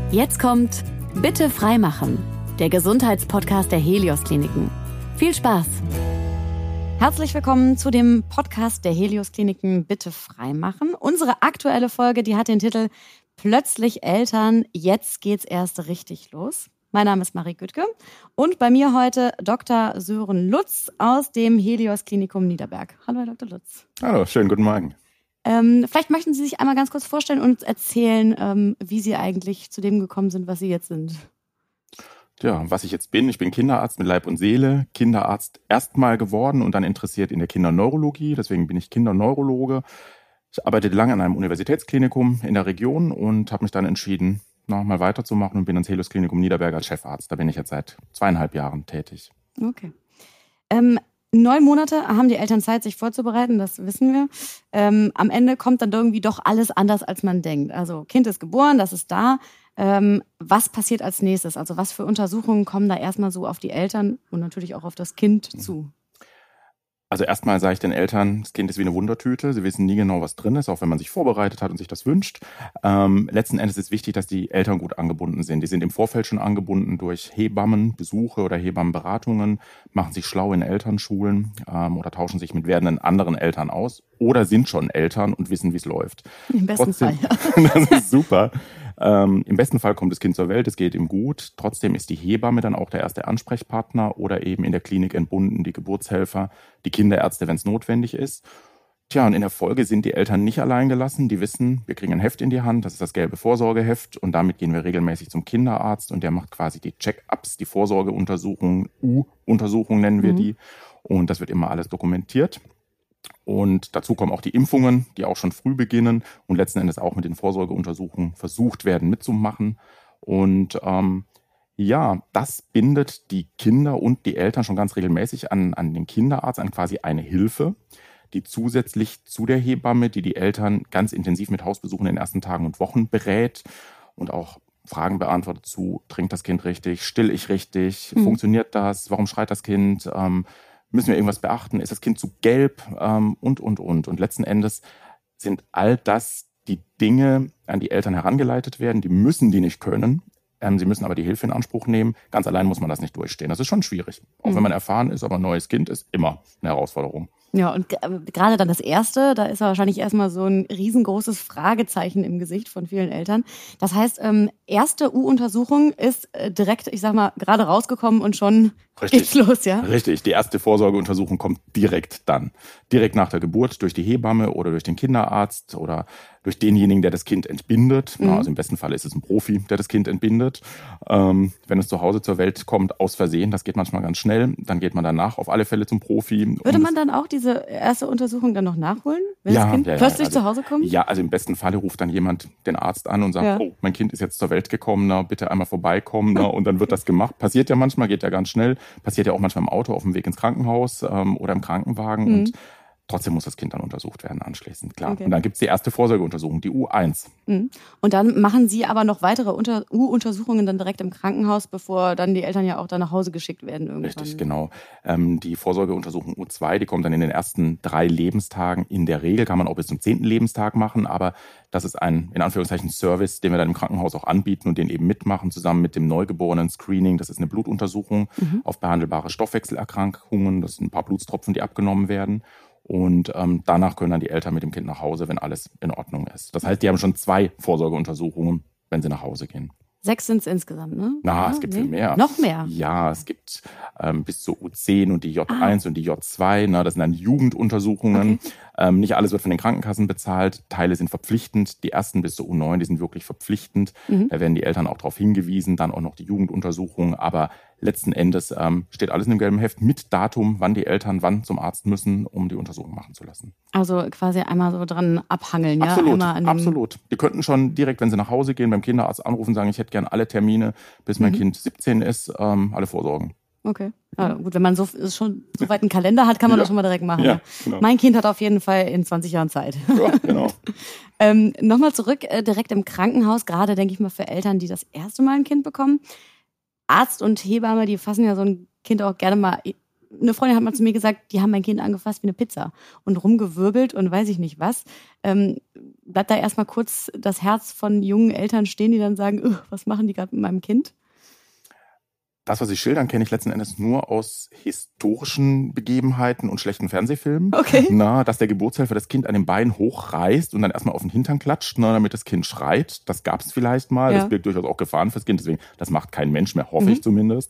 Jetzt kommt Bitte freimachen, der Gesundheitspodcast der Helios Kliniken. Viel Spaß! Herzlich willkommen zu dem Podcast der Helios Kliniken Bitte freimachen. Unsere aktuelle Folge, die hat den Titel Plötzlich Eltern, jetzt geht's erst richtig los. Mein Name ist Marie Güttke und bei mir heute Dr. Sören Lutz aus dem Helios Klinikum Niederberg. Hallo, Herr Dr. Lutz. Hallo, schönen guten Morgen. Vielleicht möchten Sie sich einmal ganz kurz vorstellen und uns erzählen, wie Sie eigentlich zu dem gekommen sind, was Sie jetzt sind. Ja, was ich jetzt bin, ich bin Kinderarzt mit Leib und Seele, Kinderarzt erstmal geworden und dann interessiert in der Kinderneurologie, deswegen bin ich Kinderneurologe. Ich arbeitete lange an einem Universitätsklinikum in der Region und habe mich dann entschieden, nochmal weiterzumachen und bin ans Helios Klinikum Niederberg als Chefarzt. Da bin ich jetzt seit 2,5 Jahren tätig. Okay. 9 Monate haben die Eltern Zeit, sich vorzubereiten, das wissen wir. Am Ende kommt dann irgendwie doch alles anders, als man denkt. Also Kind ist geboren, das ist da. Was passiert als nächstes? Also was für Untersuchungen kommen da erstmal so auf die Eltern und natürlich auch auf das Kind zu? Also erstmal sage ich den Eltern, das Kind ist wie eine Wundertüte. Sie wissen nie genau, was drin ist, auch wenn man sich vorbereitet hat und sich das wünscht. Letzten Endes ist wichtig, dass die Eltern gut angebunden sind. Die sind im Vorfeld schon angebunden durch Hebammenbesuche oder Hebammenberatungen, machen sich schlau in Elternschulen oder tauschen sich mit werdenden anderen Eltern aus oder sind schon Eltern und wissen, wie es läuft. Im besten Fall, ja. Das ist super. Im besten Fall kommt das Kind zur Welt, es geht ihm gut. Trotzdem ist die Hebamme dann auch der erste Ansprechpartner oder eben in der Klinik entbunden die Geburtshelfer, die Kinderärzte, wenn es notwendig ist. Tja, und in der Folge sind die Eltern nicht allein gelassen. Die wissen, wir kriegen ein Heft in die Hand, das ist das gelbe Vorsorgeheft und damit gehen wir regelmäßig zum Kinderarzt und der macht quasi die Check-ups, die Vorsorgeuntersuchungen, U-Untersuchungen nennen wir die und das wird immer alles dokumentiert. Und dazu kommen auch die Impfungen, die auch schon früh beginnen und letzten Endes auch mit den Vorsorgeuntersuchungen versucht werden mitzumachen. Und das bindet die Kinder und die Eltern schon ganz regelmäßig an den Kinderarzt, an quasi eine Hilfe, die zusätzlich zu der Hebamme, die die Eltern ganz intensiv mit Hausbesuchen in den ersten Tagen und Wochen berät und auch Fragen beantwortet zu, trinkt das Kind richtig, still ich richtig, funktioniert das, warum schreit das Kind, müssen wir irgendwas beachten? Ist das Kind zu gelb? Und. Und letzten Endes sind all das die Dinge, an die Eltern herangeleitet werden. Die müssen die nicht können. Sie müssen aber die Hilfe in Anspruch nehmen. Ganz allein muss man das nicht durchstehen. Das ist schon schwierig. Auch wenn man erfahren ist, aber ein neues Kind ist immer eine Herausforderung. Ja, und gerade dann das Erste, da ist wahrscheinlich erstmal so ein riesengroßes Fragezeichen im Gesicht von vielen Eltern. Das heißt, erste U-Untersuchung ist direkt, ich sag mal, gerade rausgekommen und schon geht's los, ja? Richtig, die erste Vorsorgeuntersuchung kommt direkt dann. Direkt nach der Geburt durch die Hebamme oder durch den Kinderarzt oder durch denjenigen, der das Kind entbindet. Also im besten Fall ist es ein Profi, der das Kind entbindet. Wenn es zu Hause zur Welt kommt, aus Versehen, das geht manchmal ganz schnell, dann geht man danach auf alle Fälle zum Profi. Würde man dann auch diese erste Untersuchung dann noch nachholen, wenn das Kind plötzlich zu Hause kommt? Ja, also im besten Falle ruft dann jemand den Arzt an und sagt, oh, mein Kind ist jetzt zur Welt gekommen, bitte einmal vorbeikommen. Und dann wird das gemacht. Passiert ja manchmal, geht ja ganz schnell. Passiert ja auch manchmal im Auto auf dem Weg ins Krankenhaus oder im Krankenwagen. Und trotzdem muss das Kind dann untersucht werden anschließend, klar. Okay. Und dann gibt's die erste Vorsorgeuntersuchung, die U1. Und dann machen Sie aber noch weitere U-Untersuchungen dann direkt im Krankenhaus, bevor dann die Eltern ja auch dann nach Hause geschickt werden irgendwann. Richtig, genau. Die Vorsorgeuntersuchung U2, die kommt dann in den ersten 3 Lebenstagen. In der Regel kann man auch bis zum 10. Lebenstag machen, aber das ist ein, in Anführungszeichen, Service, den wir dann im Krankenhaus auch anbieten und den eben mitmachen, zusammen mit dem Neugeborenen-Screening. Das ist eine Blutuntersuchung auf behandelbare Stoffwechselerkrankungen. Das sind ein paar Blutstropfen, die abgenommen werden. Und danach können dann die Eltern mit dem Kind nach Hause, wenn alles in Ordnung ist. Das heißt, die haben schon 2 Vorsorgeuntersuchungen, wenn sie nach Hause gehen. 6 sind es insgesamt, ne? Es gibt viel mehr. Noch mehr? Ja, es gibt bis zur U10 und die J1 und die J2. Das sind dann Jugenduntersuchungen. Okay. Nicht alles wird von den Krankenkassen bezahlt. Teile sind verpflichtend. Die ersten bis zur U9, die sind wirklich verpflichtend. Da werden die Eltern auch darauf hingewiesen. Dann auch noch die Jugenduntersuchung. Aber letzten Endes steht alles in dem gelben Heft mit Datum, wann die Eltern wann zum Arzt müssen, um die Untersuchung machen zu lassen. Also quasi einmal so dran abhangeln, absolut, ja? Absolut. Die könnten schon direkt, wenn sie nach Hause gehen, beim Kinderarzt anrufen und sagen, ich hätte gern alle Termine, bis mein Kind 17 ist, alle vorsorgen. Okay. Ja, gut, wenn man schon so weit einen Kalender hat, kann man das schon mal direkt machen. Ja, genau. Mein Kind hat auf jeden Fall in 20 Jahren Zeit. Ja, genau. Nochmal zurück, direkt im Krankenhaus, gerade denke ich mal für Eltern, die das erste Mal ein Kind bekommen. Arzt und Hebamme, die fassen ja so ein Kind auch gerne mal eine Freundin hat mal zu mir gesagt, die haben mein Kind angefasst wie eine Pizza und rumgewirbelt und weiß ich nicht was. Bleibt da erstmal kurz das Herz von jungen Eltern stehen, die dann sagen, was machen die gerade mit meinem Kind? Das, was Sie schildern, kenne ich letzten Endes nur aus historischen Begebenheiten und schlechten Fernsehfilmen. Okay. Dass der Geburtshelfer das Kind an den Beinen hochreißt und dann erstmal auf den Hintern klatscht, damit das Kind schreit. Das gab es vielleicht mal. Ja. Das birgt durchaus auch Gefahren fürs Kind. Deswegen, das macht kein Mensch mehr, hoffe ich zumindest.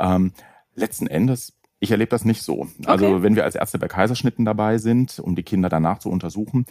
Letzten Endes, ich erlebe das nicht so. Okay. Also wenn wir als Ärzte bei Kaiserschnitten dabei sind, um die Kinder danach zu untersuchen,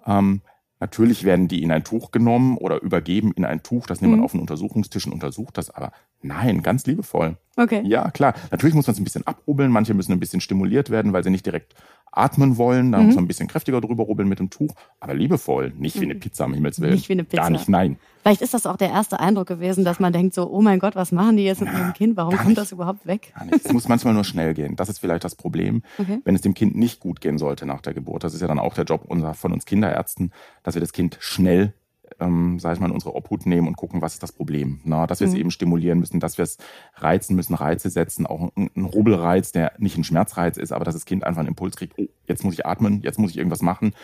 natürlich werden die in ein Tuch genommen oder übergeben in ein Tuch. Das nimmt man auf den Untersuchungstisch und untersucht das. Aber nein, ganz liebevoll. Okay. Ja, klar. Natürlich muss man es ein bisschen abrubbeln. Manche müssen ein bisschen stimuliert werden, weil sie nicht direkt atmen wollen. Da muss man ein bisschen kräftiger drüber rubbeln mit dem Tuch. Aber liebevoll, nicht wie eine Pizza, am Himmels Willen. Nicht wie eine Pizza. Gar nicht, nein. Vielleicht ist das auch der erste Eindruck gewesen, dass man denkt so, oh mein Gott, was machen die jetzt mit meinem Kind? Warum kommt das überhaupt weg? Gar nicht. Es muss manchmal nur schnell gehen. Das ist vielleicht das Problem, wenn es dem Kind nicht gut gehen sollte nach der Geburt. Das ist ja dann auch der Job von uns Kinderärzten, dass wir das Kind schnell sag ich mal, in unsere Obhut nehmen und gucken, was ist das Problem. Dass wir es eben stimulieren müssen, dass wir es reizen müssen, Reize setzen, auch ein Rubbelreiz, der nicht ein Schmerzreiz ist, aber dass das Kind einfach einen Impuls kriegt, oh, jetzt muss ich atmen, jetzt muss ich irgendwas machen.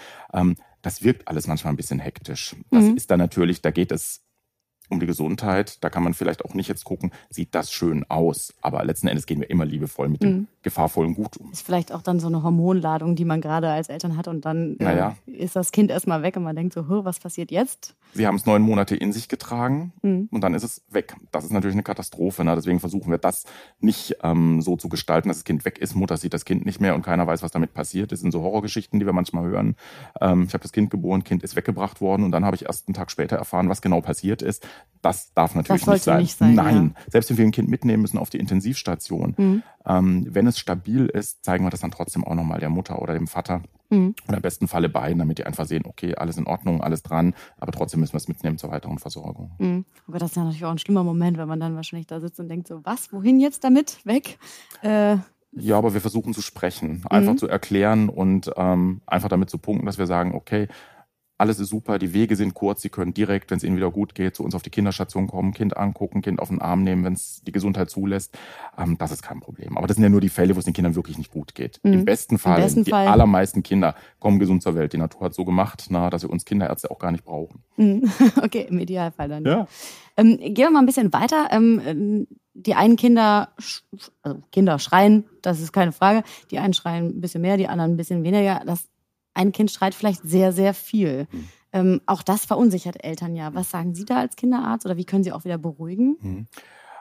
Das wirkt alles manchmal ein bisschen hektisch. Das ist dann natürlich, da geht es um die Gesundheit, da kann man vielleicht auch nicht jetzt gucken, sieht das schön aus, aber letzten Endes gehen wir immer liebevoll mit dem gefahrvollen Gut um. Ist vielleicht auch dann so eine Hormonladung, die man gerade als Eltern hat und dann ist das Kind erstmal weg und man denkt so, was passiert jetzt? Sie haben es 9 Monate in sich getragen und dann ist es weg. Das ist natürlich eine Katastrophe. Deswegen versuchen wir das nicht so zu gestalten, dass das Kind weg ist. Mutter sieht das Kind nicht mehr und keiner weiß, was damit passiert. Das sind so Horrorgeschichten, die wir manchmal hören. Ich habe das Kind geboren, Kind ist weggebracht worden und dann habe ich erst einen Tag später erfahren, was genau passiert ist. Das darf natürlich nicht sein. Nein, selbst wenn wir ein Kind mitnehmen müssen auf die Intensivstation, wenn es stabil ist, zeigen wir das dann trotzdem auch nochmal der Mutter oder dem Vater. Oder im besten Falle beiden, damit die einfach sehen, okay, alles in Ordnung, alles dran, aber trotzdem müssen wir es mitnehmen zur weiteren Versorgung. Aber das ist ja natürlich auch ein schlimmer Moment, wenn man dann wahrscheinlich da sitzt und denkt so, was, wohin jetzt damit? Weg? Ja, aber wir versuchen zu sprechen, einfach zu erklären und einfach damit zu punkten, dass wir sagen, okay, alles ist super, die Wege sind kurz, Sie können direkt, wenn es Ihnen wieder gut geht, zu uns auf die Kinderstation kommen, Kind angucken, Kind auf den Arm nehmen, wenn es die Gesundheit zulässt. Das ist kein Problem. Aber das sind ja nur die Fälle, wo es den Kindern wirklich nicht gut geht. Im besten Fall, die allermeisten Kinder kommen gesund zur Welt. Die Natur hat so gemacht, dass wir uns Kinderärzte auch gar nicht brauchen. Okay, im Idealfall dann. Ja. Gehen wir mal ein bisschen weiter. Die einen Kinder schreien, das ist keine Frage. Die einen schreien ein bisschen mehr, die anderen ein bisschen weniger. Ein Kind schreit vielleicht sehr, sehr viel. Auch das verunsichert Eltern ja. Was sagen Sie da als Kinderarzt oder wie können Sie auch wieder beruhigen?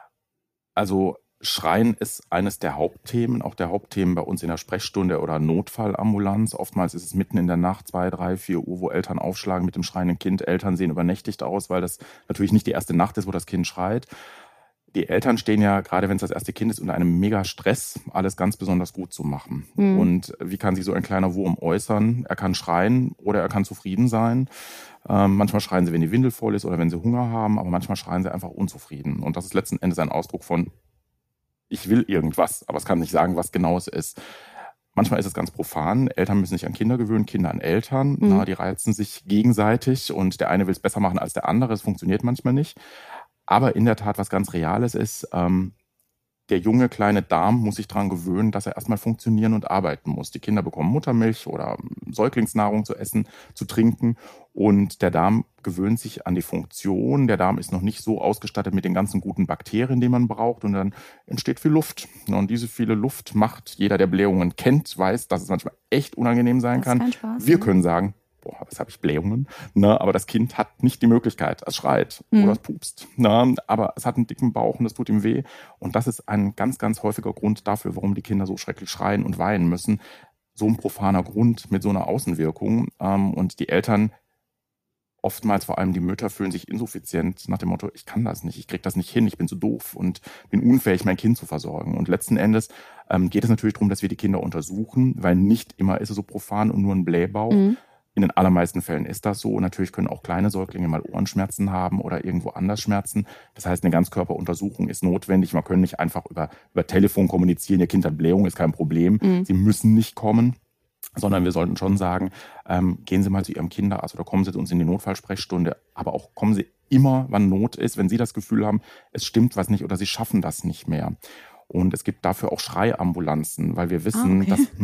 Also Schreien ist eines der Hauptthemen, auch der Hauptthemen bei uns in der Sprechstunde oder Notfallambulanz. Oftmals ist es mitten in der Nacht, 2, 3, 4 Uhr, wo Eltern aufschlagen mit dem schreienden Kind. Eltern sehen übernächtigt aus, weil das natürlich nicht die erste Nacht ist, wo das Kind schreit. Die Eltern stehen ja, gerade wenn es das erste Kind ist, unter einem mega Stress, alles ganz besonders gut zu machen. Und wie kann sich so ein kleiner Wurm äußern? Er kann schreien oder er kann zufrieden sein. Manchmal schreien sie, wenn die Windel voll ist oder wenn sie Hunger haben, aber manchmal schreien sie einfach unzufrieden. Und das ist letzten Endes ein Ausdruck von, ich will irgendwas, aber es kann nicht sagen, was genau es ist. Manchmal ist es ganz profan. Eltern müssen sich an Kinder gewöhnen, Kinder an Eltern. Die reizen sich gegenseitig und der eine will es besser machen als der andere. Es funktioniert manchmal nicht. Aber in der Tat, was ganz Reales ist, der junge kleine Darm muss sich daran gewöhnen, dass er erstmal funktionieren und arbeiten muss. Die Kinder bekommen Muttermilch oder Säuglingsnahrung zu essen, zu trinken und der Darm gewöhnt sich an die Funktion. Der Darm ist noch nicht so ausgestattet mit den ganzen guten Bakterien, die man braucht und dann entsteht viel Luft. Und diese viele Luft macht, jeder, der Blähungen kennt, weiß, dass es manchmal echt unangenehm sein kann. Kein Spaß, Wir können sagen, was habe ich Blähungen? Aber das Kind hat nicht die Möglichkeit. Es schreit oder es pupst. Aber es hat einen dicken Bauch und es tut ihm weh. Und das ist ein ganz, ganz häufiger Grund dafür, warum die Kinder so schrecklich schreien und weinen müssen. So ein profaner Grund mit so einer Außenwirkung. Und die Eltern, oftmals vor allem die Mütter, fühlen sich insuffizient nach dem Motto, ich kann das nicht, ich kriege das nicht hin, ich bin zu doof und bin unfähig, mein Kind zu versorgen. Und letzten Endes geht es natürlich darum, dass wir die Kinder untersuchen, weil nicht immer ist es so profan und nur ein Blähbauch. In den allermeisten Fällen ist das so. Natürlich können auch kleine Säuglinge mal Ohrenschmerzen haben oder irgendwo anders Schmerzen. Das heißt, eine Ganzkörperuntersuchung ist notwendig. Man kann nicht einfach über Telefon kommunizieren, Ihr Kind hat Blähung, ist kein Problem. Sie müssen nicht kommen, sondern wir sollten schon sagen, gehen Sie mal zu Ihrem Kinderarzt oder kommen Sie zu uns in die Notfallsprechstunde. Aber auch kommen Sie immer, wann Not ist, wenn Sie das Gefühl haben, es stimmt was nicht oder Sie schaffen das nicht mehr. Und es gibt dafür auch Schreiambulanzen, weil wir wissen,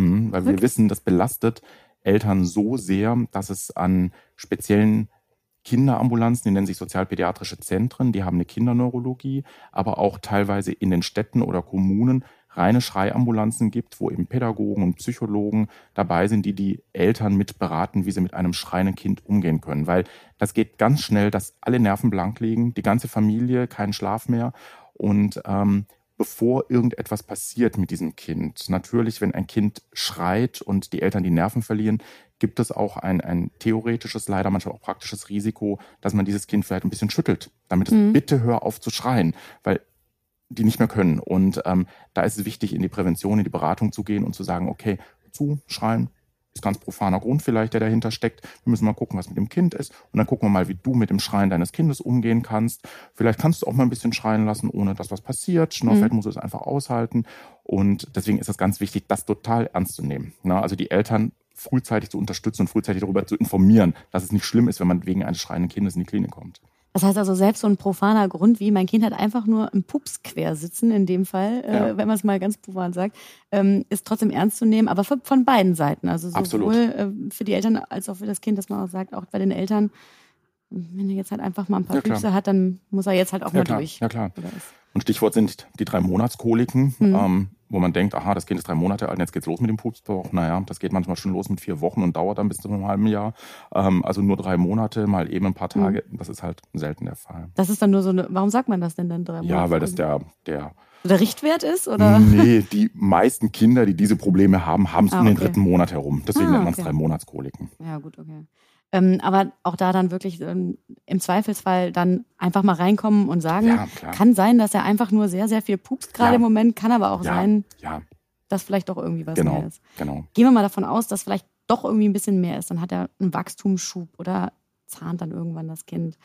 Okay. das belastet Eltern so sehr, dass es an speziellen Kinderambulanzen, die nennen sich sozialpädiatrische Zentren, die haben eine Kinderneurologie, aber auch teilweise in den Städten oder Kommunen reine Schreiambulanzen gibt, wo eben Pädagogen und Psychologen dabei sind, die Eltern mit beraten, wie sie mit einem schreienden Kind umgehen können. Weil das geht ganz schnell, dass alle Nerven blank liegen, die ganze Familie, keinen Schlaf mehr. Und bevor irgendetwas passiert mit diesem Kind, natürlich, wenn ein Kind schreit und die Eltern die Nerven verlieren, gibt es auch ein theoretisches, leider manchmal auch praktisches Risiko, dass man dieses Kind vielleicht ein bisschen schüttelt, damit es bitte hör auf zu schreien, weil die nicht mehr können. Und da ist es wichtig, in die Prävention, in die Beratung zu gehen und zu sagen, okay, schreien ist ganz profaner Grund vielleicht, der dahinter steckt. Wir müssen mal gucken, was mit dem Kind ist. Und dann gucken wir mal, wie du mit dem Schreien deines Kindes umgehen kannst. Vielleicht kannst du es auch mal ein bisschen schreien lassen, ohne dass was passiert. Vielleicht musst du es einfach aushalten. Und deswegen ist es ganz wichtig, das total ernst zu nehmen. Also die Eltern frühzeitig zu unterstützen und frühzeitig darüber zu informieren, dass es nicht schlimm ist, wenn man wegen eines schreienden Kindes in die Klinik kommt. Das heißt also, selbst so ein profaner Grund wie, mein Kind hat einfach nur einen Pups quer sitzen, in dem Fall, wenn man es mal ganz profan sagt, ist trotzdem ernst zu nehmen, aber von beiden Seiten. Also sowohl für die Eltern als auch für das Kind, dass man auch sagt, auch bei den Eltern, wenn er jetzt halt einfach mal ein paar Püpse hat, dann muss er jetzt halt auch mal durch. Ja, klar. Und Stichwort sind die 3-Monats-Koliken, wo man denkt, aha, das Kind ist 3 Monate alt, jetzt geht's los mit dem Pupsbauch. Naja, das geht manchmal schon los mit 4 Wochen und dauert dann bis zu einem halben Jahr. Also nur 3 Monate, mal eben ein paar Tage, das ist halt selten der Fall. Das ist dann nur so eine, warum sagt man das denn dann 3 Monate? Ja, weil das der Richtwert ist, oder? Nee, die meisten Kinder, die diese Probleme haben, haben es um den 3. Monat herum. Deswegen nennt man es 3-Monats-Koliken. Ja, gut, okay. Aber auch da dann wirklich im Zweifelsfall dann einfach mal reinkommen und sagen, kann sein, dass er einfach nur sehr, sehr viel pupst gerade im Moment, kann aber auch sein, dass vielleicht doch irgendwie was mehr ist. Genau. Gehen wir mal davon aus, dass vielleicht doch irgendwie ein bisschen mehr ist, dann hat er einen Wachstumsschub oder zahnt dann irgendwann das Kind,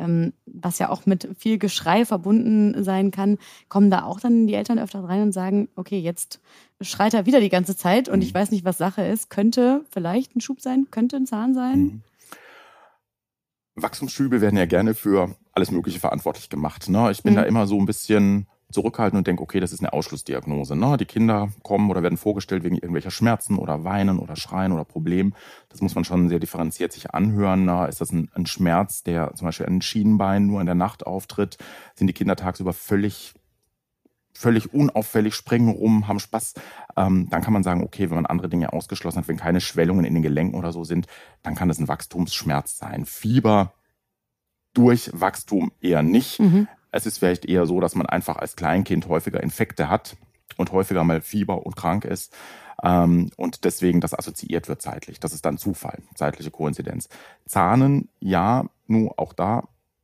was ja auch mit viel Geschrei verbunden sein kann. Kommen da auch dann die Eltern öfter rein und sagen, okay, jetzt schreit er wieder die ganze Zeit und ich weiß nicht, was Sache ist. Könnte vielleicht ein Schub sein, könnte ein Zahn sein? Wachstumsschübe werden ja gerne für alles Mögliche verantwortlich gemacht. Ich bin da immer so ein bisschen zurückhaltend und denke, okay, das ist eine Ausschlussdiagnose. Die Kinder kommen oder werden vorgestellt wegen irgendwelcher Schmerzen oder Weinen oder Schreien oder Problemen. Das muss man schon sehr differenziert sich anhören. Ist das ein Schmerz, der zum Beispiel an den Schienenbeinen nur in der Nacht auftritt? Sind die Kinder tagsüber völlig unauffällig, springen rum, haben Spaß, dann kann man sagen, okay, wenn man andere Dinge ausgeschlossen hat, wenn keine Schwellungen in den Gelenken oder so sind, dann kann das ein Wachstumsschmerz sein. Fieber durch Wachstum eher nicht. Es ist vielleicht eher so, dass man einfach als Kleinkind häufiger Infekte hat und häufiger mal Fieber und krank ist und deswegen das assoziiert wird zeitlich. Das ist dann Zufall, zeitliche Koinzidenz. Zahnen, ja, nur auch da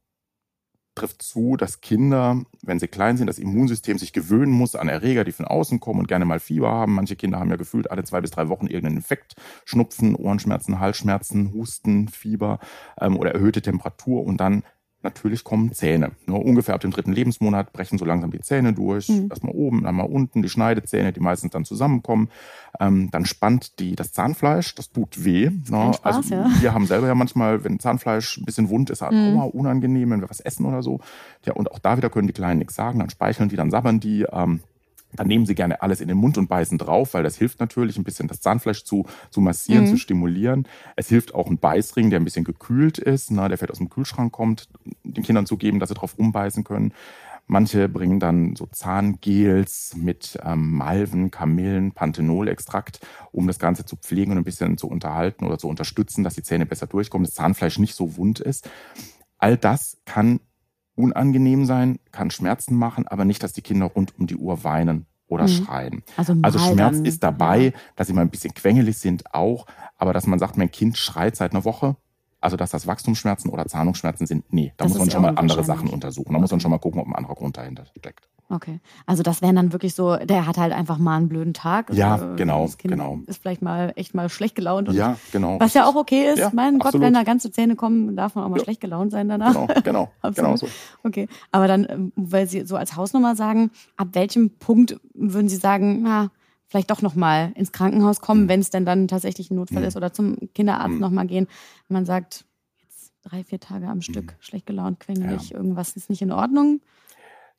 trifft zu, dass Kinder, wenn sie klein sind, das Immunsystem sich gewöhnen muss an Erreger, die von außen kommen und gerne mal Fieber haben. Manche Kinder haben ja gefühlt alle 2 bis 3 Wochen irgendeinen Infekt, Schnupfen, Ohrenschmerzen, Halsschmerzen, Husten, Fieber oder erhöhte Temperatur und dann natürlich kommen Zähne. Ungefähr ab dem 3. Lebensmonat brechen so langsam die Zähne durch. Erstmal oben, dann mal unten, die Schneidezähne, die meistens dann zusammenkommen. Dann spannt das Zahnfleisch, das tut weh. Spaß, wir haben selber ja manchmal, wenn Zahnfleisch ein bisschen wund ist, unangenehm, wenn wir was essen oder so. Ja, und auch da wieder können die Kleinen nichts sagen, dann speicheln die, dann sabbern die. Dann nehmen sie gerne alles in den Mund und beißen drauf, weil das hilft natürlich, ein bisschen das Zahnfleisch zu massieren, zu stimulieren. Es hilft auch ein Beißring, der ein bisschen gekühlt ist, der vielleicht aus dem Kühlschrank kommt, den Kindern zu geben, dass sie drauf rumbeißen können. Manche bringen dann so Zahngels mit Malven, Kamillen, Panthenolextrakt, um das Ganze zu pflegen und ein bisschen zu unterhalten oder zu unterstützen, dass die Zähne besser durchkommen, das Zahnfleisch nicht so wund ist. All das kann unangenehm sein, kann Schmerzen machen, aber nicht, dass die Kinder rund um die Uhr weinen oder schreien. Also Schmerz ist dabei, dass sie mal ein bisschen quengelig sind auch, aber dass man sagt, mein Kind schreit seit einer Woche, also dass das Wachstumsschmerzen oder Zahnungsschmerzen sind, nee, da muss man schon mal andere Sachen untersuchen. Da muss man schon mal gucken, ob ein anderer Grund dahinter steckt. Okay, also das wären dann wirklich so, der hat halt einfach mal einen blöden Tag. Ja, also, genau, das Kind ist vielleicht mal echt mal schlecht gelaunt. Und ja, genau. Was ja auch okay ist. Ja, mein Gott, absolut. wenn da ganze Zähne kommen, darf man auch mal schlecht gelaunt sein danach. Genau so. Okay, aber dann, weil Sie so als Hausnummer sagen, ab welchem Punkt würden Sie sagen, vielleicht doch nochmal ins Krankenhaus kommen, wenn es denn dann tatsächlich ein Notfall ist oder zum Kinderarzt nochmal gehen. Wenn man sagt, jetzt 3-4 Tage am Stück, schlecht gelaunt, quengelig, irgendwas ist nicht in Ordnung.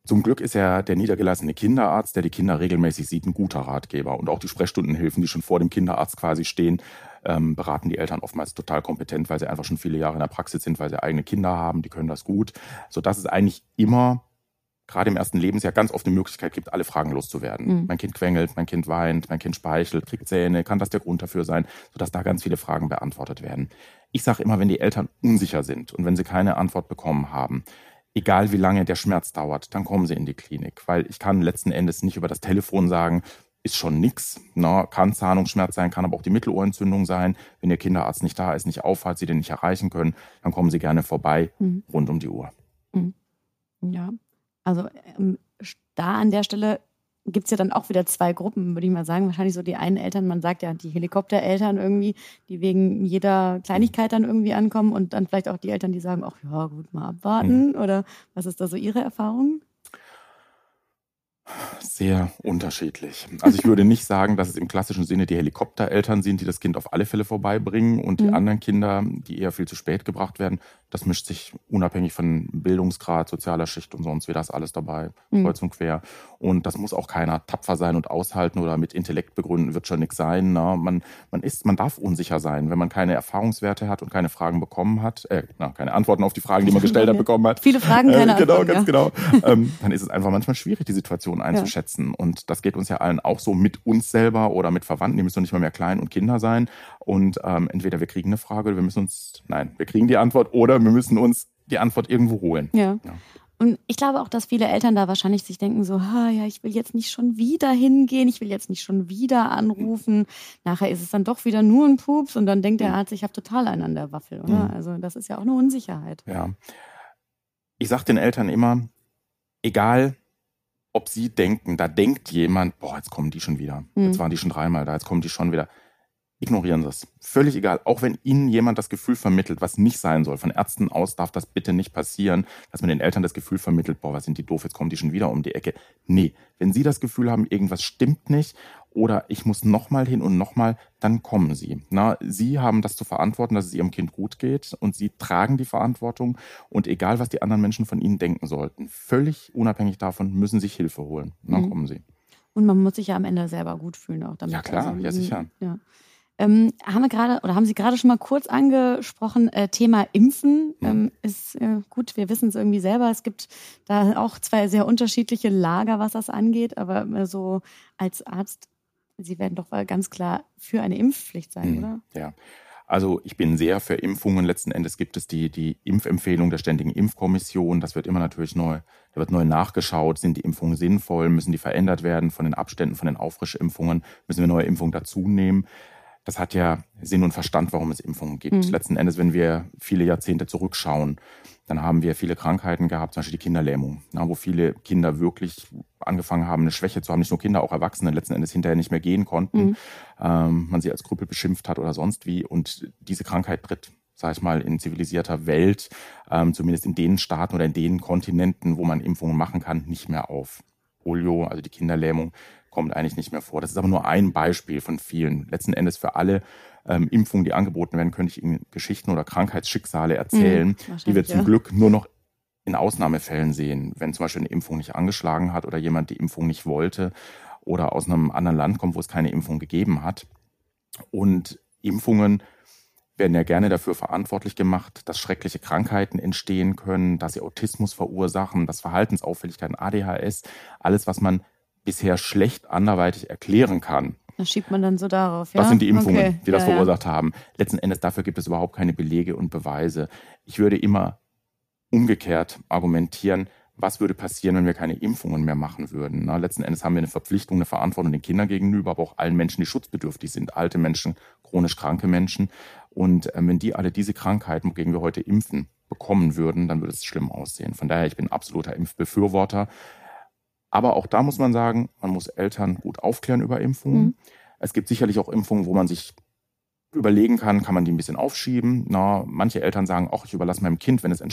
Zum Glück ist ja der niedergelassene Kinderarzt, der die Kinder regelmäßig sieht, ein guter Ratgeber. Und auch die Sprechstundenhilfen, die schon vor dem Kinderarzt quasi stehen, beraten die Eltern oftmals total kompetent, weil sie einfach schon viele Jahre in der Praxis sind, weil sie eigene Kinder haben, die können das gut. Sodass es eigentlich immer, gerade im ersten Lebensjahr, ganz oft eine Möglichkeit gibt, alle Fragen loszuwerden. Mein Kind quengelt, mein Kind weint, mein Kind speichelt, kriegt Zähne, kann das der Grund dafür sein, sodass da ganz viele Fragen beantwortet werden. Ich sage immer, wenn die Eltern unsicher sind und wenn sie keine Antwort bekommen haben, egal wie lange der Schmerz dauert, dann kommen sie in die Klinik. Weil ich kann letzten Endes nicht über das Telefon sagen, ist schon nix, kann Zahnungsschmerz sein, kann aber auch die Mittelohrentzündung sein. Wenn Ihr Kinderarzt nicht da ist, nicht aufhat, Sie den nicht erreichen können, dann kommen Sie gerne vorbei, rund um die Uhr. Ja, also da an der Stelle gibt es ja dann auch wieder zwei Gruppen, würde ich mal sagen. Wahrscheinlich so die einen Eltern, man sagt ja die Helikoptereltern irgendwie, die wegen jeder Kleinigkeit dann irgendwie ankommen und dann vielleicht auch die Eltern, die sagen, ach ja, gut, mal abwarten. Oder was ist da so Ihre Erfahrung? Sehr unterschiedlich. Also ich würde nicht sagen, dass es im klassischen Sinne die Helikoptereltern sind, die das Kind auf alle Fälle vorbeibringen und die anderen Kinder, die eher viel zu spät gebracht werden, das mischt sich unabhängig von Bildungsgrad, sozialer Schicht und sonst wie, das alles dabei, kreuz und quer. Und das muss auch keiner tapfer sein und aushalten oder mit Intellekt begründen, wird schon nichts sein. Man darf unsicher sein, wenn man keine Erfahrungswerte hat und keine Fragen bekommen hat, keine Antworten auf die Fragen, die man gestellt hat, bekommen hat. Viele Fragen, keine Antworten. Ganz genau. Dann ist es einfach manchmal schwierig, die Situation einzuschätzen. Und das geht uns ja allen auch so mit uns selber oder mit Verwandten, die müssen nicht mal mehr klein und Kinder sein. Und entweder wir kriegen eine Frage oder wir kriegen die Antwort oder wir müssen uns die Antwort irgendwo holen. Ja. Und ich glaube auch, dass viele Eltern da wahrscheinlich sich denken so, ich will jetzt nicht schon wieder hingehen, ich will jetzt nicht schon wieder anrufen. Nachher ist es dann doch wieder nur ein Pups und dann denkt der Arzt, ich habe total einen an der Waffel, oder? Also das ist ja auch eine Unsicherheit. Ja. Ich sage den Eltern immer, egal ob sie denken, da denkt jemand, jetzt kommen die schon wieder. Jetzt waren die schon 3-mal da, jetzt kommen die schon wieder. Ignorieren Sie es. Völlig egal. Auch wenn Ihnen jemand das Gefühl vermittelt, was nicht sein soll. Von Ärzten aus darf das bitte nicht passieren, dass man den Eltern das Gefühl vermittelt, was sind die doof, jetzt kommen die schon wieder um die Ecke. Nee, wenn Sie das Gefühl haben, irgendwas stimmt nicht oder ich muss nochmal hin und nochmal, dann kommen Sie. Sie haben das zu verantworten, dass es Ihrem Kind gut geht und Sie tragen die Verantwortung und egal, was die anderen Menschen von Ihnen denken sollten, völlig unabhängig davon müssen Sie sich Hilfe holen. Kommen Sie. Und man muss sich ja am Ende selber gut fühlen auch damit. Ja klar, ja sicher. Ja. Haben Sie gerade schon mal kurz angesprochen, Thema Impfen ist gut, wir wissen es irgendwie selber, es gibt da auch zwei sehr unterschiedliche Lager, was das angeht, aber so als Arzt, Sie werden doch ganz klar für eine Impfpflicht sein, oder? Ja, also ich bin sehr für Impfungen. Letzten Endes gibt es die Impfempfehlung der Ständigen Impfkommission, das wird immer natürlich neu nachgeschaut, sind die Impfungen sinnvoll, müssen die verändert werden von den Abständen, von den Auffrischimpfungen, müssen wir neue Impfungen dazu nehmen. Das hat ja Sinn und Verstand, warum es Impfungen gibt. Letzten Endes, wenn wir viele Jahrzehnte zurückschauen, dann haben wir viele Krankheiten gehabt, zum Beispiel die Kinderlähmung, wo viele Kinder wirklich angefangen haben, eine Schwäche zu haben, nicht nur Kinder, auch Erwachsene, letzten Endes hinterher nicht mehr gehen konnten, man sie als Krüppel beschimpft hat oder sonst wie. Und diese Krankheit tritt, sag ich mal, in zivilisierter Welt, zumindest in den Staaten oder in den Kontinenten, wo man Impfungen machen kann, nicht mehr auf. Polio, also die Kinderlähmung, kommt eigentlich nicht mehr vor. Das ist aber nur ein Beispiel von vielen. Letzten Endes für alle Impfungen, die angeboten werden, könnte ich Ihnen Geschichten oder Krankheitsschicksale erzählen, die wir zum Glück nur noch in Ausnahmefällen sehen. Wenn zum Beispiel eine Impfung nicht angeschlagen hat oder jemand die Impfung nicht wollte oder aus einem anderen Land kommt, wo es keine Impfung gegeben hat. Und Impfungen werden ja gerne dafür verantwortlich gemacht, dass schreckliche Krankheiten entstehen können, dass sie Autismus verursachen, dass Verhaltensauffälligkeiten, ADHS, alles, was man bisher schlecht anderweitig erklären kann. Das schiebt man dann so darauf, ja? Das sind die Impfungen, die das verursacht haben. Letzten Endes dafür gibt es überhaupt keine Belege und Beweise. Ich würde immer umgekehrt argumentieren, was würde passieren, wenn wir keine Impfungen mehr machen würden. Letzten Endes haben wir eine Verpflichtung, eine Verantwortung den Kindern gegenüber, aber auch allen Menschen, die schutzbedürftig sind, alte Menschen, chronisch kranke Menschen. Und wenn die alle diese Krankheiten, wogegen wir heute impfen, bekommen würden, dann würde es schlimm aussehen. Von daher, ich bin absoluter Impfbefürworter. Aber auch da muss man sagen, man muss Eltern gut aufklären über Impfungen. Es gibt sicherlich auch Impfungen, wo man sich überlegen kann man die ein bisschen aufschieben. Manche Eltern sagen, ich überlasse meinem Kind, wenn es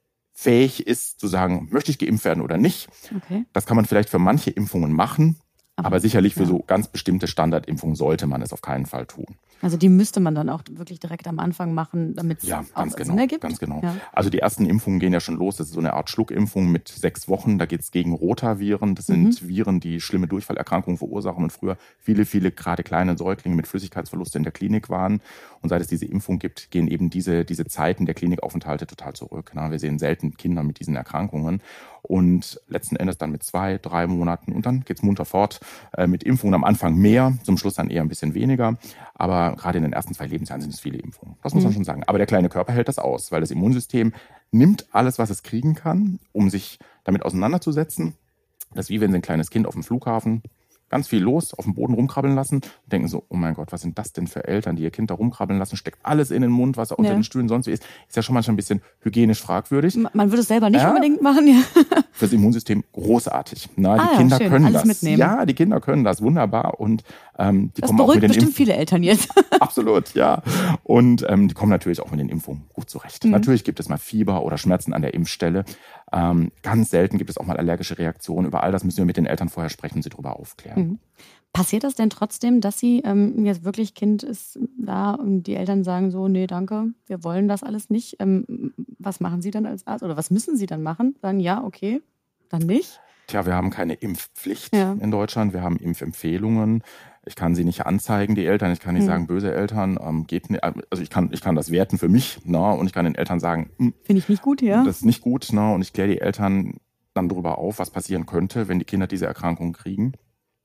entscheidungsfähig ist, zu sagen, möchte ich geimpft werden oder nicht. Okay. Das kann man vielleicht für manche Impfungen machen. Aber sicherlich für so ganz bestimmte Standardimpfungen sollte man es auf keinen Fall tun. Also die müsste man dann auch wirklich direkt am Anfang machen, damit es auch Sinn ergibt? Ganz genau. Ja. Also die ersten Impfungen gehen ja schon los. Das ist so eine Art Schluckimpfung mit 6 Wochen. Da geht es gegen Rotaviren. Das sind Viren, die schlimme Durchfallerkrankungen verursachen und früher viele gerade kleine Säuglinge mit Flüssigkeitsverlust in der Klinik waren. Und seit es diese Impfung gibt, gehen eben diese Zeiten der Klinikaufenthalte total zurück. Wir sehen selten Kinder mit diesen Erkrankungen. Und letzten Endes dann mit 2, 3 Monaten und dann geht's munter fort mit Impfungen. Am Anfang mehr, zum Schluss dann eher ein bisschen weniger. Aber gerade in den ersten 2 Lebensjahren sind es viele Impfungen. Das muss man schon sagen. Aber der kleine Körper hält das aus, weil das Immunsystem nimmt alles, was es kriegen kann, um sich damit auseinanderzusetzen. Das ist wie wenn Sie ein kleines Kind auf dem Flughafen ganz viel los, auf dem Boden rumkrabbeln lassen und denken so, oh mein Gott, was sind das denn für Eltern, die ihr Kind da rumkrabbeln lassen, steckt alles in den Mund, was unter den Stühlen sonst wie ist. Ist ja schon manchmal ein bisschen hygienisch fragwürdig. Man würde es selber nicht unbedingt machen, ja. Fürs Immunsystem großartig. Die Kinder können alles das. Mitnehmen. Ja, die Kinder können das wunderbar und die das kommen auch mit den bestimmt viele Eltern jetzt. Absolut, ja. Und die kommen natürlich auch mit den Impfungen gut zurecht. Natürlich gibt es mal Fieber oder Schmerzen an der Impfstelle. Ganz selten gibt es auch mal allergische Reaktionen. Über all das müssen wir mit den Eltern vorher sprechen und sie darüber aufklären. Passiert das denn trotzdem, dass Sie jetzt wirklich Kind ist da und die Eltern sagen so, nee, danke, wir wollen das alles nicht. Was machen Sie dann als Arzt oder was müssen Sie dann machen? Sagen, ja, okay, dann nicht? Tja, wir haben keine Impfpflicht in Deutschland. Wir haben Impfempfehlungen. Ich kann sie nicht anzeigen, die Eltern. Ich kann nicht sagen, böse Eltern, geht nicht. Also ich kann das werten für mich, und ich kann den Eltern sagen, finde ich nicht gut, ja. Das ist nicht gut, und ich kläre die Eltern dann darüber auf, was passieren könnte, wenn die Kinder diese Erkrankung kriegen.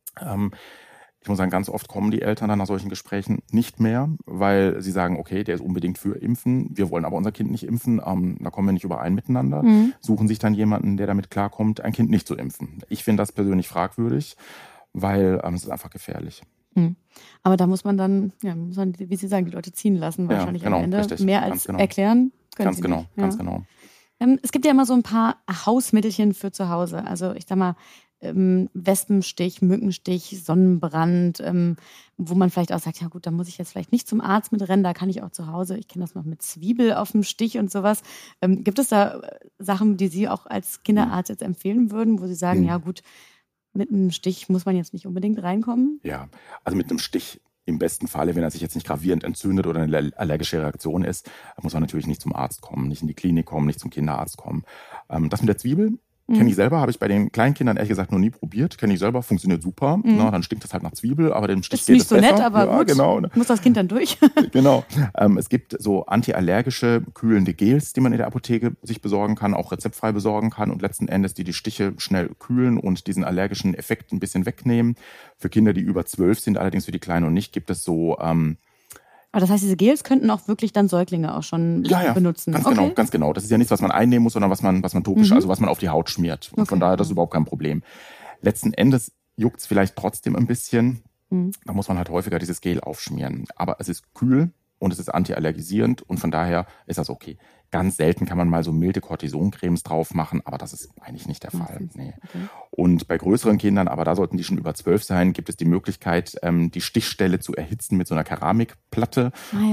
Ich muss sagen, ganz oft kommen die Eltern dann nach solchen Gesprächen nicht mehr, weil sie sagen, okay, der ist unbedingt für Impfen, wir wollen aber unser Kind nicht impfen, da kommen wir nicht überein miteinander, suchen sich dann jemanden, der damit klarkommt, ein Kind nicht zu impfen. Ich finde das persönlich fragwürdig, weil es ist einfach gefährlich. Aber da muss man dann, wie Sie sagen, die Leute ziehen lassen, wahrscheinlich am Ende. Richtig, mehr als erklären können Sie nicht. Ganz genau. Es gibt ja immer so ein paar Hausmittelchen für zu Hause. Also ich sag mal, Wespenstich, Mückenstich, Sonnenbrand, wo man vielleicht auch sagt, ja gut, da muss ich jetzt vielleicht nicht zum Arzt mitrennen, da kann ich auch zu Hause, ich kenne das noch mit Zwiebel auf dem Stich und sowas. Gibt es da Sachen, die Sie auch als Kinderarzt jetzt empfehlen würden, wo Sie sagen, ja gut, mit einem Stich muss man jetzt nicht unbedingt reinkommen? Ja, also mit einem Stich im besten Falle, wenn er sich jetzt nicht gravierend entzündet oder eine allergische Reaktion ist, muss man natürlich nicht zum Arzt kommen, nicht in die Klinik kommen, nicht zum Kinderarzt kommen. Das mit der Zwiebel kenne ich selber, habe ich bei den Kleinkindern ehrlich gesagt noch nie probiert. Kenne ich selber, funktioniert super. Dann stinkt das halt nach Zwiebel, aber dem Stich geht es besser. Ist nicht so nett, aber gut. Genau. Muss das Kind dann durch? Genau. Es gibt so antiallergische, kühlende Gels, die man in der Apotheke sich besorgen kann, auch rezeptfrei besorgen kann und letzten Endes die Stiche schnell kühlen und diesen allergischen Effekt ein bisschen wegnehmen. Für Kinder, die über 12 sind, allerdings für die Kleinen und nicht, gibt es so aber das heißt, diese Gels könnten auch wirklich dann Säuglinge auch schon benutzen? Ganz genau. Das ist ja nichts, was man einnehmen muss, sondern was man topisch, also was man auf die Haut schmiert. Und von daher, das ist überhaupt kein Problem. Letzten Endes juckt es vielleicht trotzdem ein bisschen. Da muss man halt häufiger dieses Gel aufschmieren. Aber es ist kühl und es ist antiallergisierend und von daher ist das okay. Ganz selten kann man mal so milde Cortisoncremes drauf machen, aber das ist eigentlich nicht der Fall. Nee. Okay. Und bei größeren Kindern, aber da sollten die schon über 12 sein, gibt es die Möglichkeit, die Stichstelle zu erhitzen mit so einer Keramikplatte.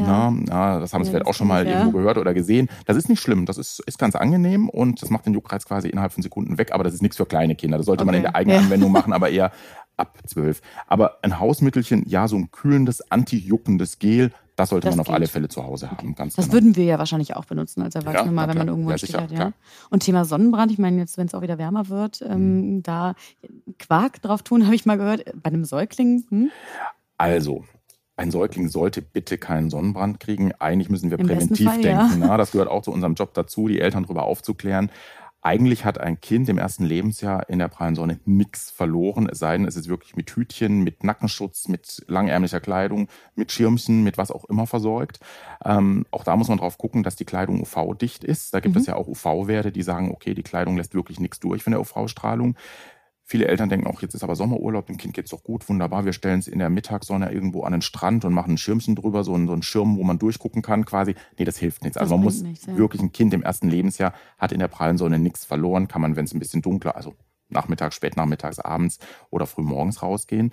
Das haben Sie vielleicht auch schon mal irgendwo gehört oder gesehen. Das ist nicht schlimm, das ist ganz angenehm und das macht den Juckreiz quasi innerhalb von Sekunden weg, aber das ist nichts für kleine Kinder. Das sollte man in der eigenen Anwendung machen, aber eher ab 12. Aber ein Hausmittelchen, so ein kühlendes, anti-juckendes Gel, das sollte man auf alle Fälle zu Hause haben. Ganz das würden wir ja wahrscheinlich auch benutzen als Erwachsene mal, wenn man irgendwo einen Stich hat. Ja. Und Thema Sonnenbrand, ich meine jetzt, wenn es auch wieder wärmer wird, da Quark drauf tun, habe ich mal gehört, bei einem Säugling. Also, ein Säugling sollte bitte keinen Sonnenbrand kriegen. Eigentlich müssen wir präventiv denken. Ja. Das gehört auch zu unserem Job dazu, die Eltern darüber aufzuklären. Eigentlich hat ein Kind im ersten Lebensjahr in der prallen Sonne nichts verloren, es sei denn, es ist wirklich mit Hütchen, mit Nackenschutz, mit langärmlicher Kleidung, mit Schirmchen, mit was auch immer versorgt. Auch da muss man drauf gucken, dass die Kleidung UV-dicht ist. Da gibt es ja auch UV-Werte, die sagen, okay, die Kleidung lässt wirklich nichts durch von der UV-Strahlung. Viele Eltern denken auch, jetzt ist aber Sommerurlaub, dem Kind geht's doch gut, wunderbar, wir stellen es in der Mittagssonne irgendwo an den Strand und machen ein Schirmchen drüber, so ein Schirm, wo man durchgucken kann quasi. Nee, das hilft nichts. Also man muss wirklich, ein Kind im ersten Lebensjahr hat in der prallen Sonne nichts verloren, kann man, wenn es ein bisschen dunkler, also nachmittags, spätnachmittags, abends oder frühmorgens rausgehen.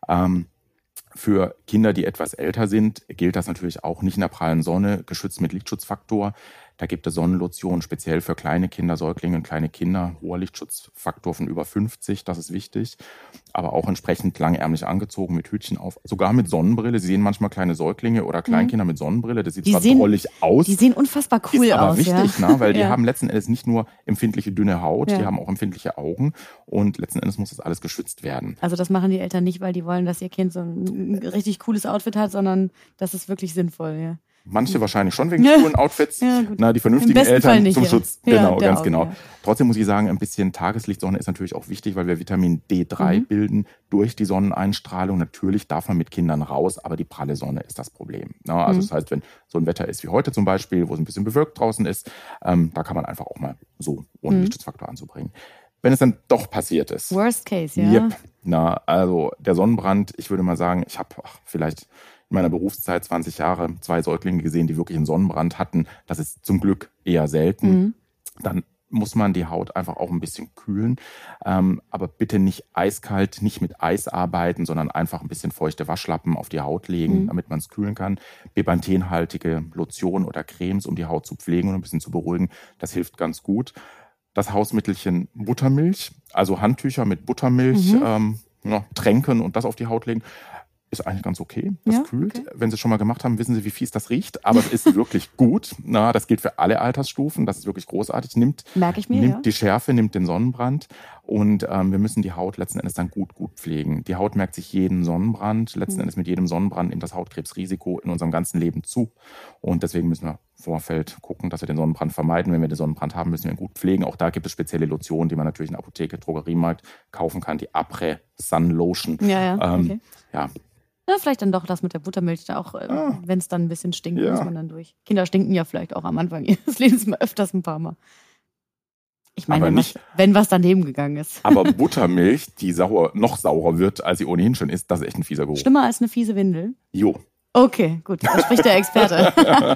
Für Kinder, die etwas älter sind, gilt das natürlich auch nicht in der prallen Sonne, geschützt mit Lichtschutzfaktor. Da gibt es Sonnenlotion, speziell für kleine Kinder, Säuglinge und kleine Kinder. Hoher Lichtschutzfaktor von über 50, das ist wichtig. Aber auch entsprechend langärmlich angezogen, mit Hütchen auf, sogar mit Sonnenbrille. Sie sehen manchmal kleine Säuglinge oder Kleinkinder mit Sonnenbrille. Das sieht zwar drollig aus. Die sehen unfassbar cool ist aber aus. Wichtig, ne? Weil die haben letzten Endes nicht nur empfindliche dünne Haut, die haben auch empfindliche Augen. Und letzten Endes muss das alles geschützt werden. Also das machen die Eltern nicht, weil die wollen, dass ihr Kind so ein richtig cooles Outfit hat, sondern das ist wirklich sinnvoll. Ja. Manche wahrscheinlich schon wegen coolen Outfits, die vernünftigen Eltern zum Schutz. Genau, ganz genau. Trotzdem muss ich sagen, ein bisschen Tageslichtsonne ist natürlich auch wichtig, weil wir Vitamin D3 bilden durch die Sonneneinstrahlung. Natürlich darf man mit Kindern raus, aber die pralle Sonne ist das Problem. Also das heißt, wenn so ein Wetter ist wie heute zum Beispiel, wo es ein bisschen bewölkt draußen ist, da kann man einfach auch mal so ohne Lichtschutzfaktor anzubringen. Wenn es dann doch passiert ist. Worst case, ja. Yep. Also der Sonnenbrand, ich würde mal sagen, ich habe vielleicht in meiner Berufszeit 20 Jahre 2 Säuglinge gesehen, die wirklich einen Sonnenbrand hatten. Das ist zum Glück eher selten. Dann muss man die Haut einfach auch ein bisschen kühlen. Aber bitte nicht eiskalt, nicht mit Eis arbeiten, sondern einfach ein bisschen feuchte Waschlappen auf die Haut legen, damit man es kühlen kann. Bepanthenhaltige Lotion oder Cremes, um die Haut zu pflegen und ein bisschen zu beruhigen. Das hilft ganz gut. Das Hausmittelchen Buttermilch, also Handtücher mit Buttermilch tränken und das auf die Haut legen, ist eigentlich ganz okay. Das kühlt. Okay. Wenn Sie es schon mal gemacht haben, wissen Sie, wie fies das riecht. Aber es ist wirklich gut. Das gilt für alle Altersstufen. Das ist wirklich großartig. Nimmt die Schärfe, nimmt den Sonnenbrand. Und wir müssen die Haut letzten Endes dann gut pflegen. Die Haut merkt sich jeden Sonnenbrand. Letzten Endes mit jedem Sonnenbrand nimmt das Hautkrebsrisiko in unserem ganzen Leben zu. Und deswegen müssen wir im Vorfeld gucken, dass wir den Sonnenbrand vermeiden. Wenn wir den Sonnenbrand haben, müssen wir ihn gut pflegen. Auch da gibt es spezielle Lotionen, die man natürlich in der Apotheke, Drogeriemarkt kaufen kann. Die Après Sun Lotion. Okay. Ja, vielleicht dann doch das mit der Buttermilch, da auch, wenn es dann ein bisschen stinkt, muss man dann durch. Kinder stinken ja vielleicht auch am Anfang ihres Lebens mal öfters ein paar Mal. Ich meine, wenn was daneben gegangen ist. Aber Buttermilch, die noch saurer wird, als sie ohnehin schon ist, das ist echt ein fieser Geruch. Schlimmer als eine fiese Windel? Jo. Okay, gut, da spricht der Experte.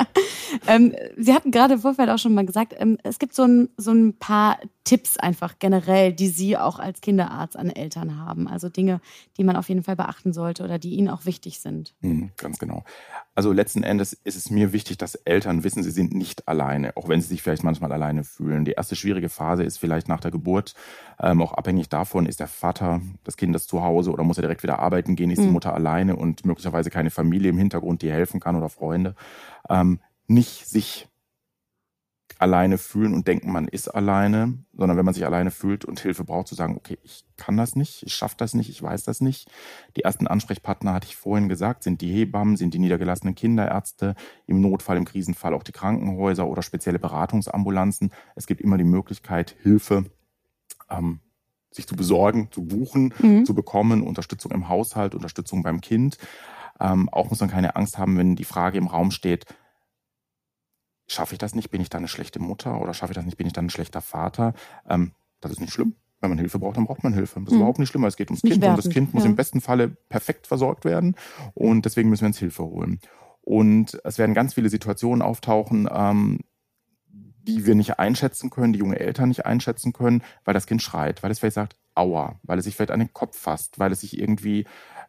Sie hatten gerade im Vorfeld auch schon mal gesagt, es gibt so ein paar Tipps einfach generell, die Sie auch als Kinderarzt an Eltern haben. Also Dinge, die man auf jeden Fall beachten sollte oder die Ihnen auch wichtig sind. Ganz genau. Also letzten Endes ist es mir wichtig, dass Eltern wissen, sie sind nicht alleine, auch wenn sie sich vielleicht manchmal alleine fühlen. Die erste schwierige Phase ist vielleicht nach der Geburt, auch abhängig davon, ist der Vater des Kindes zu Hause oder muss er direkt wieder arbeiten gehen, ist die Mutter alleine und möglicherweise keine Familie im Hintergrund, die helfen kann oder Freunde. Nicht sich alleine fühlen und denken, man ist alleine, sondern wenn man sich alleine fühlt und Hilfe braucht, zu sagen, okay, ich kann das nicht, ich schaffe das nicht, ich weiß das nicht. Die ersten Ansprechpartner, hatte ich vorhin gesagt, sind die Hebammen, sind die niedergelassenen Kinderärzte, im Notfall, im Krisenfall auch die Krankenhäuser oder spezielle Beratungsambulanzen. Es gibt immer die Möglichkeit, Hilfe sich zu besorgen, zu buchen, zu bekommen, Unterstützung im Haushalt, Unterstützung beim Kind. Auch muss man keine Angst haben, wenn die Frage im Raum steht, schaffe ich das nicht, bin ich dann eine schlechte Mutter oder schaffe ich das nicht, bin ich dann ein schlechter Vater? Das ist nicht schlimm. Wenn man Hilfe braucht, dann braucht man Hilfe. Das ist überhaupt nicht schlimm, weil es geht ums Kind und das Kind muss im besten Falle perfekt versorgt werden und deswegen müssen wir uns Hilfe holen. Und es werden ganz viele Situationen auftauchen, die wir nicht einschätzen können, die junge Eltern nicht einschätzen können, weil das Kind schreit, weil es vielleicht sagt, aua, weil es sich vielleicht an den Kopf fasst, weil es sich irgendwie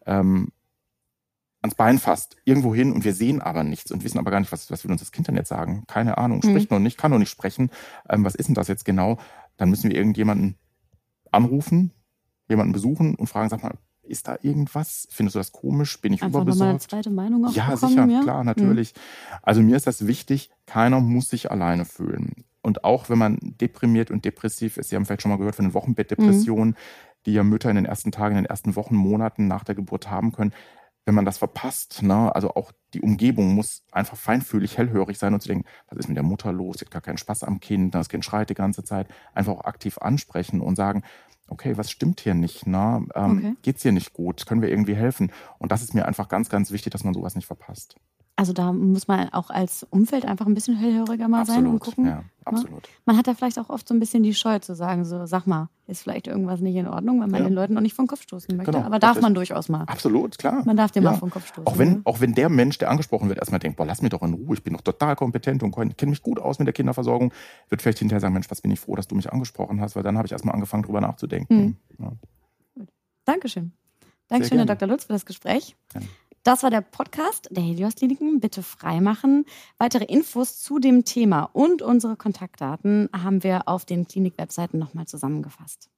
ans Bein fasst, irgendwo hin und wir sehen aber nichts und wissen aber gar nicht, was will uns das Kind denn jetzt sagen? Keine Ahnung, spricht noch nicht, kann noch nicht sprechen. Was ist denn das jetzt genau? Dann müssen wir irgendjemanden anrufen, jemanden besuchen und fragen, sag mal, ist da irgendwas? Findest du das komisch? Bin ich einfach überbesorgt? Einfach mal eine zweite Meinung auch ja, bekommen, sicher, klar, natürlich. Also mir ist das wichtig, keiner muss sich alleine fühlen. Und auch wenn man deprimiert und depressiv ist, Sie haben vielleicht schon mal gehört von den Wochenbettdepressionen, die ja Mütter in den ersten Tagen, in den ersten Wochen, Monaten nach der Geburt haben können. Wenn man das verpasst, also auch die Umgebung muss einfach feinfühlig, hellhörig sein und zu denken, was ist mit der Mutter los? Sie hat gar keinen Spaß am Kind, das Kind schreit die ganze Zeit. Einfach auch aktiv ansprechen und sagen, okay, was stimmt hier nicht? Geht's hier nicht gut? Können wir irgendwie helfen? Und das ist mir einfach ganz, ganz wichtig, dass man sowas nicht verpasst. Also da muss man auch als Umfeld einfach ein bisschen hellhöriger mal sein und gucken. Ja, absolut. Man hat da vielleicht auch oft so ein bisschen die Scheu zu sagen, so sag mal, ist vielleicht irgendwas nicht in Ordnung, weil man den Leuten auch nicht vom Kopf stoßen möchte. Genau, aber darf man durchaus mal. Absolut, klar. Man darf dir mal vom Kopf stoßen. Auch wenn der Mensch, der angesprochen wird, erstmal denkt, boah, lass mich doch in Ruhe, ich bin doch total kompetent und kenne mich gut aus mit der Kinderversorgung, wird vielleicht hinterher sagen, Mensch, was bin ich froh, dass du mich angesprochen hast, weil dann habe ich erstmal angefangen, drüber nachzudenken. Ja. Gut. Dankeschön. Dankeschön, Herr Dr. Lutz, für das Gespräch. Ja. Das war der Podcast der Helios Kliniken. Bitte freimachen. Weitere Infos zu dem Thema und unsere Kontaktdaten haben wir auf den Klinik-Webseiten nochmal zusammengefasst.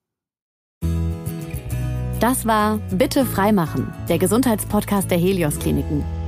Das war Bitte freimachen, der Gesundheitspodcast der Helios Kliniken.